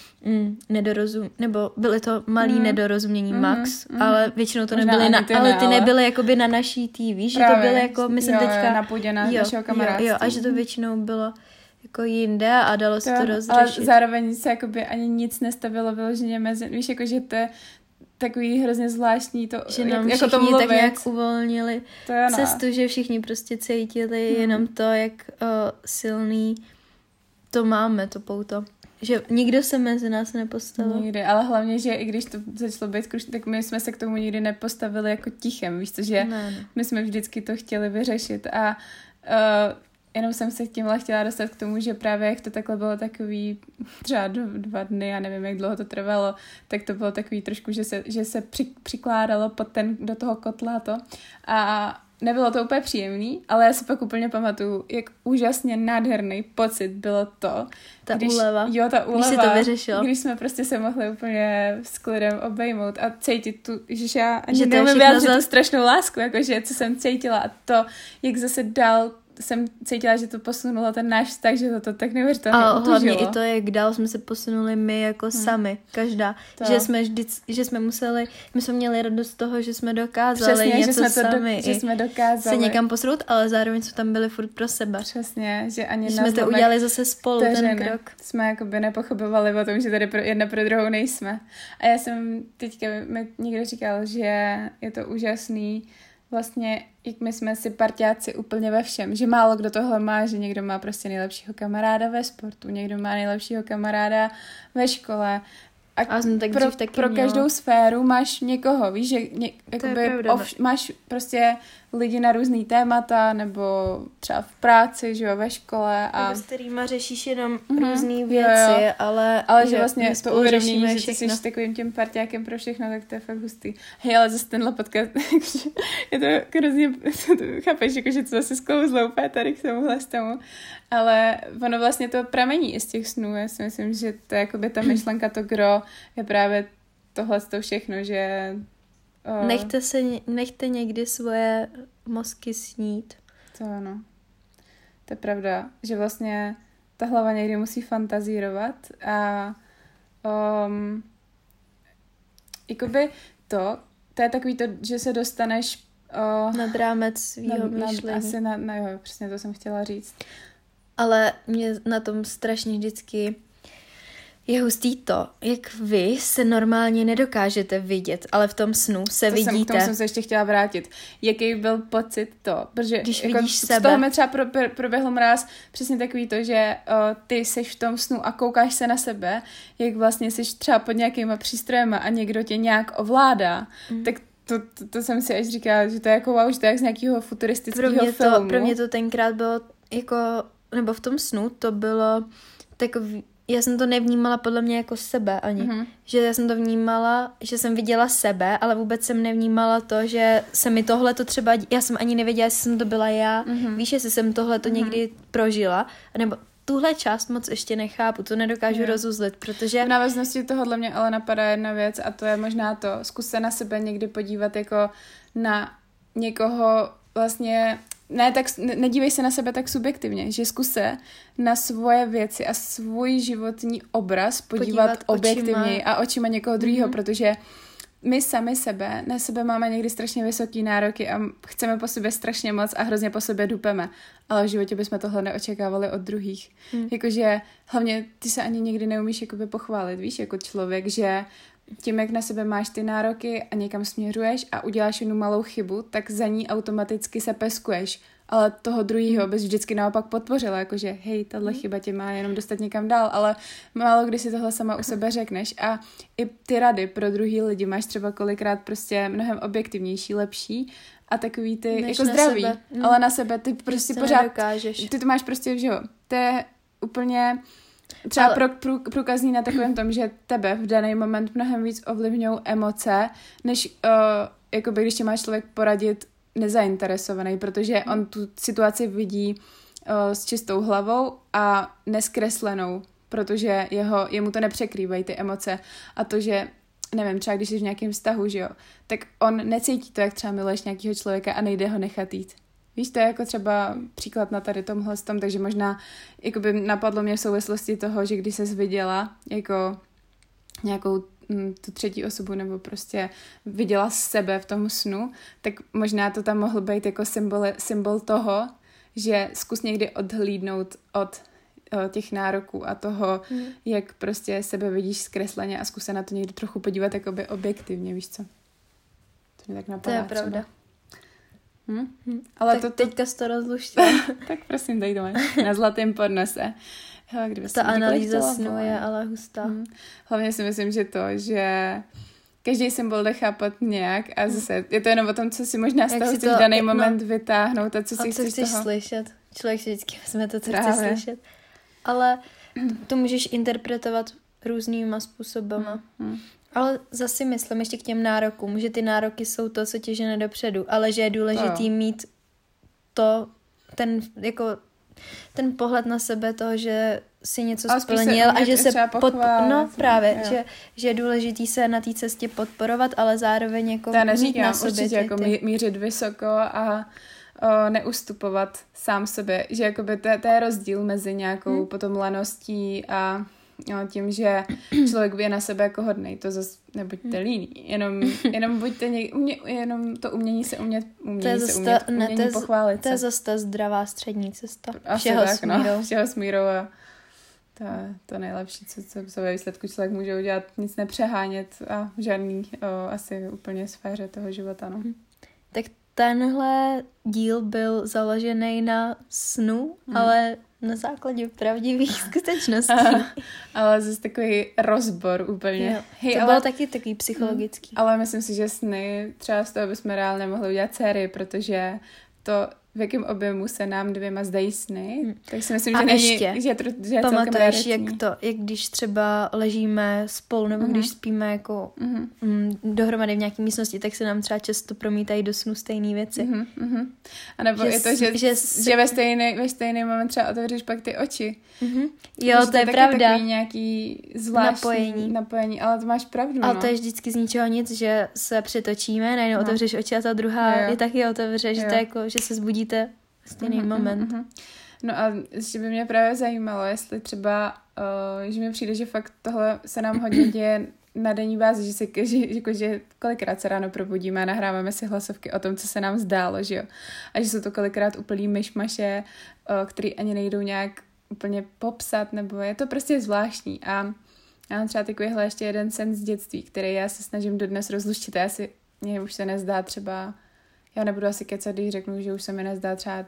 nebo byly to malý nedorozumění max, ale většinou to nebyly ale ty nebyly jakoby na naší TV, že to byly jako, myslím teďka na půdě našeho kamarádství. Jo, a že to většinou bylo jako jinde a dalo se to rozřešit. Ale zároveň se jakoby ani nic nestavilo vyloženě mezi, víš, jako že to je takový hrozně zvláštní to, že nám jako všichni to tak nějak uvolnili to cestu, že všichni prostě cítili jenom to, jak silný to máme, to pouto. Že nikdo se mezi nás nepostavil. Nikdy, ale hlavně, že i když to začalo být krušný, tak my jsme se k tomu nikdy nepostavili jako tichem, víš co, že my jsme vždycky to chtěli vyřešit a jenom jsem se tímhle chtěla dostat k tomu, že právě jak to takhle bylo takový třeba 2 dny, já nevím, jak dlouho to trvalo, tak to bylo takový trošku, že se přikládalo do toho kotla to a nebylo to úplně příjemný, ale já si pak úplně pamatuju, jak úžasně nádherný pocit bylo to. Ta úleva. Jo, ta úleva. Když si to vyřešilo. Když jsme prostě se mohli úplně s klidem obejmout a cítit tu, že já ani že neumím vyjádřit tu strašnou lásku, jakože co jsem cítila a to, jak zase dál jsem cítila, že to posunulo ten náš vztah, že to tak neuvěřitelně utužilo. A hlavně i to, jak dál jsme se posunuli my jako sami, každá. Že jsme měli radost z toho, že jsme dokázali přesně, něco sami. Že jsme dokázali se někam posunout, ale zároveň jsme tam byli furt pro sebe. Přesně, že ani že jsme to udělali zase spolu, ten krok. Jsme jakoby nepochybovali o tom, že tady jedna pro druhou nejsme. A já jsem teďka mi někdo říkal, že je to úžasný, vlastně, jak my jsme si parťáci úplně ve všem, že málo kdo tohle má, že někdo má prostě nejlepšího kamaráda ve sportu, někdo má nejlepšího kamaráda ve škole. A pro každou sféru máš někoho, víš, že máš prostě lidi na různý témata, nebo třeba v práci, že jo, ve škole. Nebo s kterýma řešíš jenom různý věci, ale že vlastně to uvědomění, že ty jsi takovým tím parťákem pro všechno, tak to je fakt hustý. Hej, ale zase tenhle podcast, je to hrozně, chápeš, jakože to zase sklouzlo úplně tady k tomuhle z tomu, ale ono vlastně to pramení i z těch snů, já si myslím, že to je jakoby ta myšlenka, to gro je právě tohle to všechno, že Nechte někdy svoje mozky snít. To ano. To je pravda, že vlastně ta hlava někdy musí fantazírovat a jakoby to je takový to, že se dostaneš nad rámec svýho myšlení. Asi jo, přesně to jsem chtěla říct. Ale mě na tom strašně vždycky je hustý to, jak vy se normálně nedokážete vidět, ale v tom snu se vidíte. K tomu jsem se ještě chtěla vrátit. Jaký byl pocit to? Protože když jako vidíš sebe. Z toho mi třeba proběhl mráz přesně takový to, že ty seš v tom snu a koukáš se na sebe, jak vlastně seš třeba pod nějakýma přístrojema a někdo tě nějak ovládá, tak to jsem si až říkala, že to je jako wow, že to je jak z nějakého futuristického filmu. Pro mě to tenkrát bylo jako, nebo v tom snu to bylo takový, já jsem to nevnímala podle mě jako sebe ani. Že já jsem to vnímala, že jsem viděla sebe, ale vůbec jsem nevnímala to, že se mi tohleto třeba, já jsem ani nevěděla, jestli jsem to byla já. Víš, jestli jsem tohleto někdy prožila, nebo tuhle část moc ještě nechápu, to nedokážu rozuzlit, protože... V návaznosti tohohle mě ale napadá jedna věc a to je možná to, zkus se na sebe někdy podívat jako na někoho vlastně... Nedívej se na sebe tak subjektivně, že zkus se na svoje věci a svůj životní obraz podívat objektivněji a očima někoho druhého, protože my sami na sebe máme někdy strašně vysoký nároky a chceme po sobě strašně moc a hrozně po sobě dupeme, ale v životě bychom tohle neočekávali od druhých. Jakože hlavně ty se ani někdy neumíš jakoby pochválit, víš, jako člověk, že tím, jak na sebe máš ty nároky a někam směřuješ a uděláš jednu malou chybu, tak za ní automaticky se peskuješ. Ale toho druhýho bys vždycky naopak podpořila, jakože hej, tahle chyba tě má jenom dostat někam dál, ale málo kdy si tohle sama u sebe řekneš a i ty rady pro druhý lidi máš třeba kolikrát prostě mnohem objektivnější, lepší a takový ty než jako zdraví, ale na sebe ty prostě pořád, nedokážeš. ty to máš prostě, že jo, to je úplně třeba průkazní na takovém tom, že tebe v daný moment mnohem víc ovlivňují emoce, než jakoby když ti má člověk poradit nezainteresovaný, protože on tu situaci vidí s čistou hlavou a neskreslenou, protože jemu to nepřekrývají ty emoce a to, že nevím, třeba když jsi v nějakém vztahu, že jo, tak on necítí to, jak třeba miluješ nějakého člověka a nejde ho nechat jít. Víš, to je jako třeba příklad na tady tomhle tom, takže možná jakoby napadlo mě v souvislosti toho, že když ses viděla jako nějakou tu třetí osobu nebo prostě viděla sebe v tom snu, tak možná to tam mohl být jako symbol toho, že zkus někdy odhlídnout od těch nároků a toho, jak prostě sebe vidíš zkresleně a zkus se na to někdy trochu podívat jakoby objektivně, víš co? To mě tak napadá. To je pravda. Ale tak teďka jsi to rozluštila. Tak prosím, tady to máš na zlatém podnose. Ta analýza snu je ale hustá. Hlavně si myslím, že že každý symbol jde chápat nějak a zase je to jenom o tom, co si možná z toho chceš v daný moment vytáhnout a co si chceš toho slyšet. Člověk si vždycky vezme to, co chce slyšet. Ale to můžeš interpretovat různýma způsobama. Ale zase myslím ještě k těm nárokům, že ty nároky jsou to, co tě žene dopředu, ale že je důležitý mít ten pohled na sebe toho, že si něco splnil a že se že je důležitý se na té cestě podporovat, ale zároveň jako mít na sobě určitě jako mířit vysoko a neustupovat sám sobě, že jakoby to je rozdíl mezi nějakou potom laností a tím, že člověk je na sebe jako hodnej, to zase nebuďte líní, jenom buďte jenom to umění se umět pochválit. To je zase ta zdravá střední cesta. Všeho s mírou a to nejlepší, co ve výsledku člověk může udělat, nic nepřehánět a v žádný asi úplně sféře toho života. No. Tak tenhle díl byl založený na snu, ale na základě pravdivých skutečností. Ale zase takový rozbor úplně. Hej, to bylo taky takový psychologický. Ale myslím si, že sny třeba z toho bychom reálně mohli udělat sérii, protože to, v jakém objemu se nám dvěma zdají sny, tak si myslím, že není, že je pamatuješ, jak když třeba ležíme spolu, nebo když spíme jako dohromady v nějaké místnosti, tak se nám třeba často promítají do snu stejné věci. A nebo je to, že ve stejný moment třeba otevřeš pak ty oči. Jo, to je pravda. Takový nějaký zvláštní napojení, ale to máš pravdu. Ale to je vždycky z ničeho nic, že se přetočíme, najednou otevřeš oči a ta druhá je taky otevře, že to je jako, že se zbudíte v stejný moment. No a ještě by mě právě zajímalo, jestli třeba, že mi přijde, že fakt tohle se nám hodně děje na denní bázi, že kolikrát se ráno probudíme a nahráváme si hlasovky o tom, co se nám zdálo, že jo. A že jsou to kolikrát úplný myšmaše, který ani nejdou nějak úplně popsat, nebo je to prostě zvláštní. A já mám třeba takovýhle ještě jeden sen z dětství, který já se snažím dodnes rozluštit. Mně už se nezdá třeba, já nebudu asi kecat, když řeknu, že už se mi nezdá třeba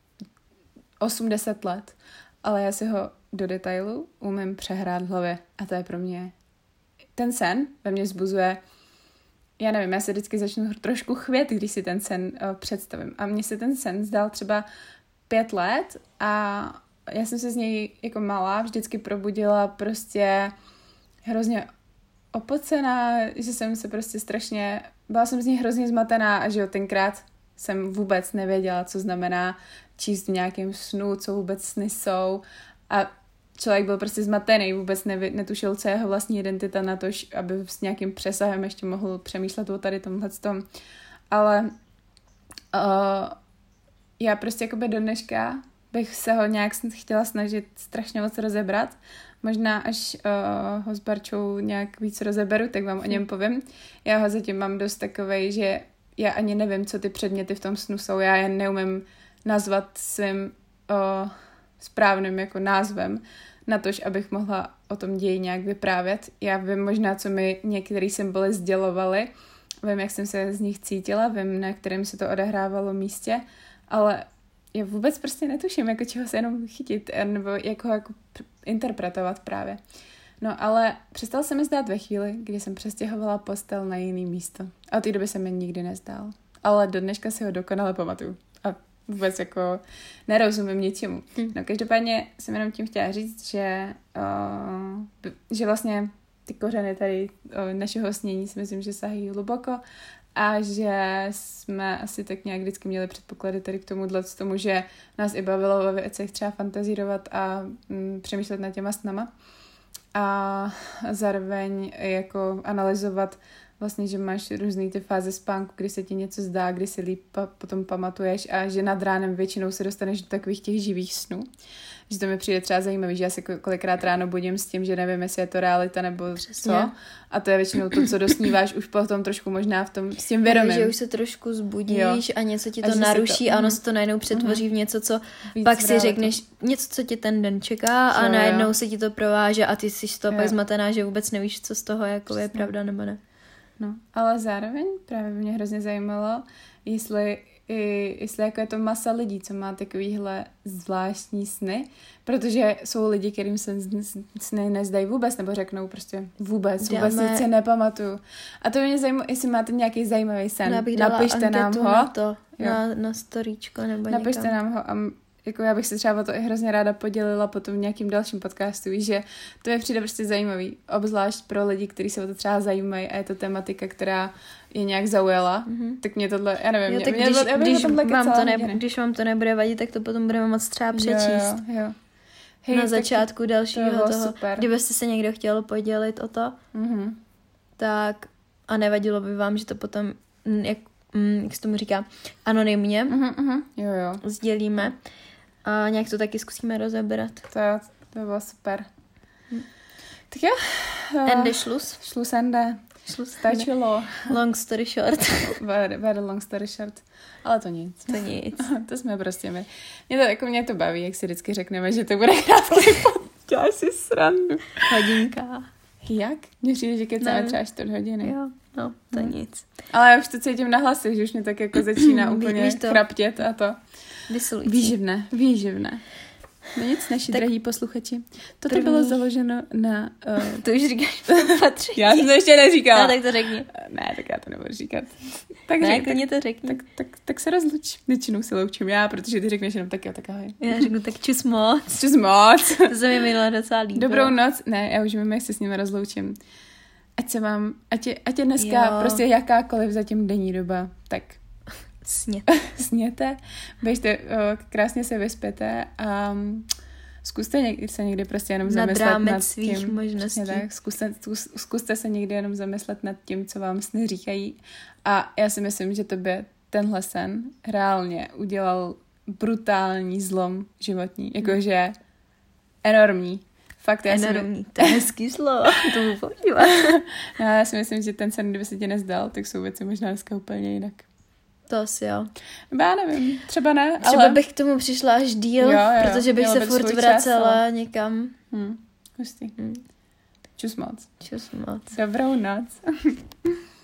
8-10 let, ale já si ho do detailu umím přehrát v hlavě a to je pro mě ten sen ve mně vzbuzuje, já nevím, já se vždycky začnu trošku chvět, když si ten sen představím. A mně se ten sen zdál třeba 5 let a já jsem se z něj jako malá vždycky probudila prostě hrozně opocená, že jsem se prostě byla jsem z něj hrozně zmatená a že jo, tenkrát jsem vůbec nevěděla, co znamená číst v nějakém snu, co vůbec sny jsou a člověk byl prostě zmatený, vůbec netušil, co je jeho vlastní identita na to, aby s nějakým přesahem ještě mohl přemýšlet o tady tomhletom. Ale já prostě jakoby do dneška bych se ho nějak chtěla snažit strašně moc rozebrat. Možná až ho s Barčou nějak víc rozeberu, tak vám o něm povím. Já ho zatím mám dost takovej, že já ani nevím, co ty předměty v tom snu jsou. Já je neumím nazvat svým správným jako názvem. na to, abych mohla o tom ději nějak vyprávět. Já vím možná, co mi některé symboly sdělovaly, vím, jak jsem se z nich cítila, vím, na kterém se to odehrávalo místě, ale já vůbec prostě netuším, jako čeho se jenom chytit, nebo jako interpretovat právě. No ale přestal se mi zdát ve chvíli, kdy jsem přestěhovala postel na jiný místo. A od té doby se mi nikdy nezdál. Ale do dneška si ho dokonale pamatuju. A vůbec jako nerozumím ničemu. No každopádně jsem jenom tím chtěla říct, že vlastně ty kořeny tady našeho snění si myslím, že sahají hluboko a že jsme asi tak nějak vždycky měli předpoklady tady k tomu, že nás i bavilo ve věcech třeba fantazírovat a přemýšlet nad těma snama. A zároveň jako analyzovat vlastně, že máš různý ty fáze spánku, kdy se ti něco zdá, kdy si líp potom pamatuješ a že nad ránem většinou se dostaneš do takových těch živých snů. Že to mi přijde třeba zajímavý, že já se kolikrát ráno budím s tím, že nevím, jestli je to realita nebo přesně. co. A to je většinou to, co dosníváš už potom trošku možná s tím vědomím. Že už se trošku zbudíš a něco ti to naruší a ono se to najednou přetvoří v něco, co víc pak si řekneš, něco, co ti ten den čeká a najednou se ti to prováže a ty jsi z toho pak zmatená, že vůbec nevíš, co z toho jako je pravda nebo ne. No, ale zároveň právě by mě hrozně zajímalo, jestli jako je to masa lidí, co má takovýhle zvláštní sny, protože jsou lidi, kterým se sny nezdají vůbec, nebo řeknou prostě vůbec nic si nepamatuju. A to mě zajímá, jestli máte nějaký zajímavý sen, napište nám ho. Na storíčko nebo napište někam. nám ho a jako já bych se třeba o to i hrozně ráda podělila potom v nějakým dalším podcastu, víš, že to mi přijde prostě zajímavý, obzvlášť pro lidi, kteří se o to třeba zajímají a je to tematika, která je nějak zaujala, tak mě tohle, já nevím, když vám to nebude vadit, tak to potom budeme moc třeba přečíst. Jo. Hej, na začátku dalšího toho, super. Kdybyste se někdo chtěl podělit o to, tak a nevadilo by vám, že to potom, jak se tomu říká, anonymně sdělíme a nějak to taky zkusíme rozebrat. To bylo super. Tak jo. Ende Schluss. Schluss Ende. Stačilo. Long story short. Very long story short. Ale to nic. To jsme prostě my. Mě to baví, jak si vždycky řekneme, že to bude krátký děláš si srandu. Hodinka. Jak? Mně přijde, že kecáme třeba 4 hodiny. Jo, no, to nic. Ale já už to cítím na hlasech, že už mě tak jako začíná úplně chraptět a to. Výživné. No nic, naši drahí posluchači. Toto bylo založeno na... To už říkáš patří. Já jsem to ještě neříkala. No, tak to řekni. Ne, tak já to nebudu říkat. To řekni. Tak se rozluč. Většinou se loučím já, protože ty řekneš jenom tak jo, tak ahoj. Já řeknu tak čus moc. Čus moc. To se mi minula docela líbilo. Dobrou noc. Ne, já už vím, jak se s nimi rozloučím. Ať je dneska prostě jakákoliv zatím denní doba, tak sněte, běžte, krásně se vyspěte a zkuste se někdy prostě jenom zamyslet nad svých možností. Tak, zkuste se někdy jenom zamyslet nad tím, co vám sny říkají a já si myslím, že tobě tenhle sen reálně udělal brutální zlom životní, jakože enormní. Fakt, enormní, to je hezký slovo, to mu používat. No, já si myslím, že ten sen, kdyby se ti nezdal, tak jsou věci možná dneska úplně jinak. To asi jo. Já nevím, třeba ne, ale... Třeba bych k tomu přišla až díl, protože bych se furt vracela někam. Hustý. Čus moc. Čus moc. Dobrou noc.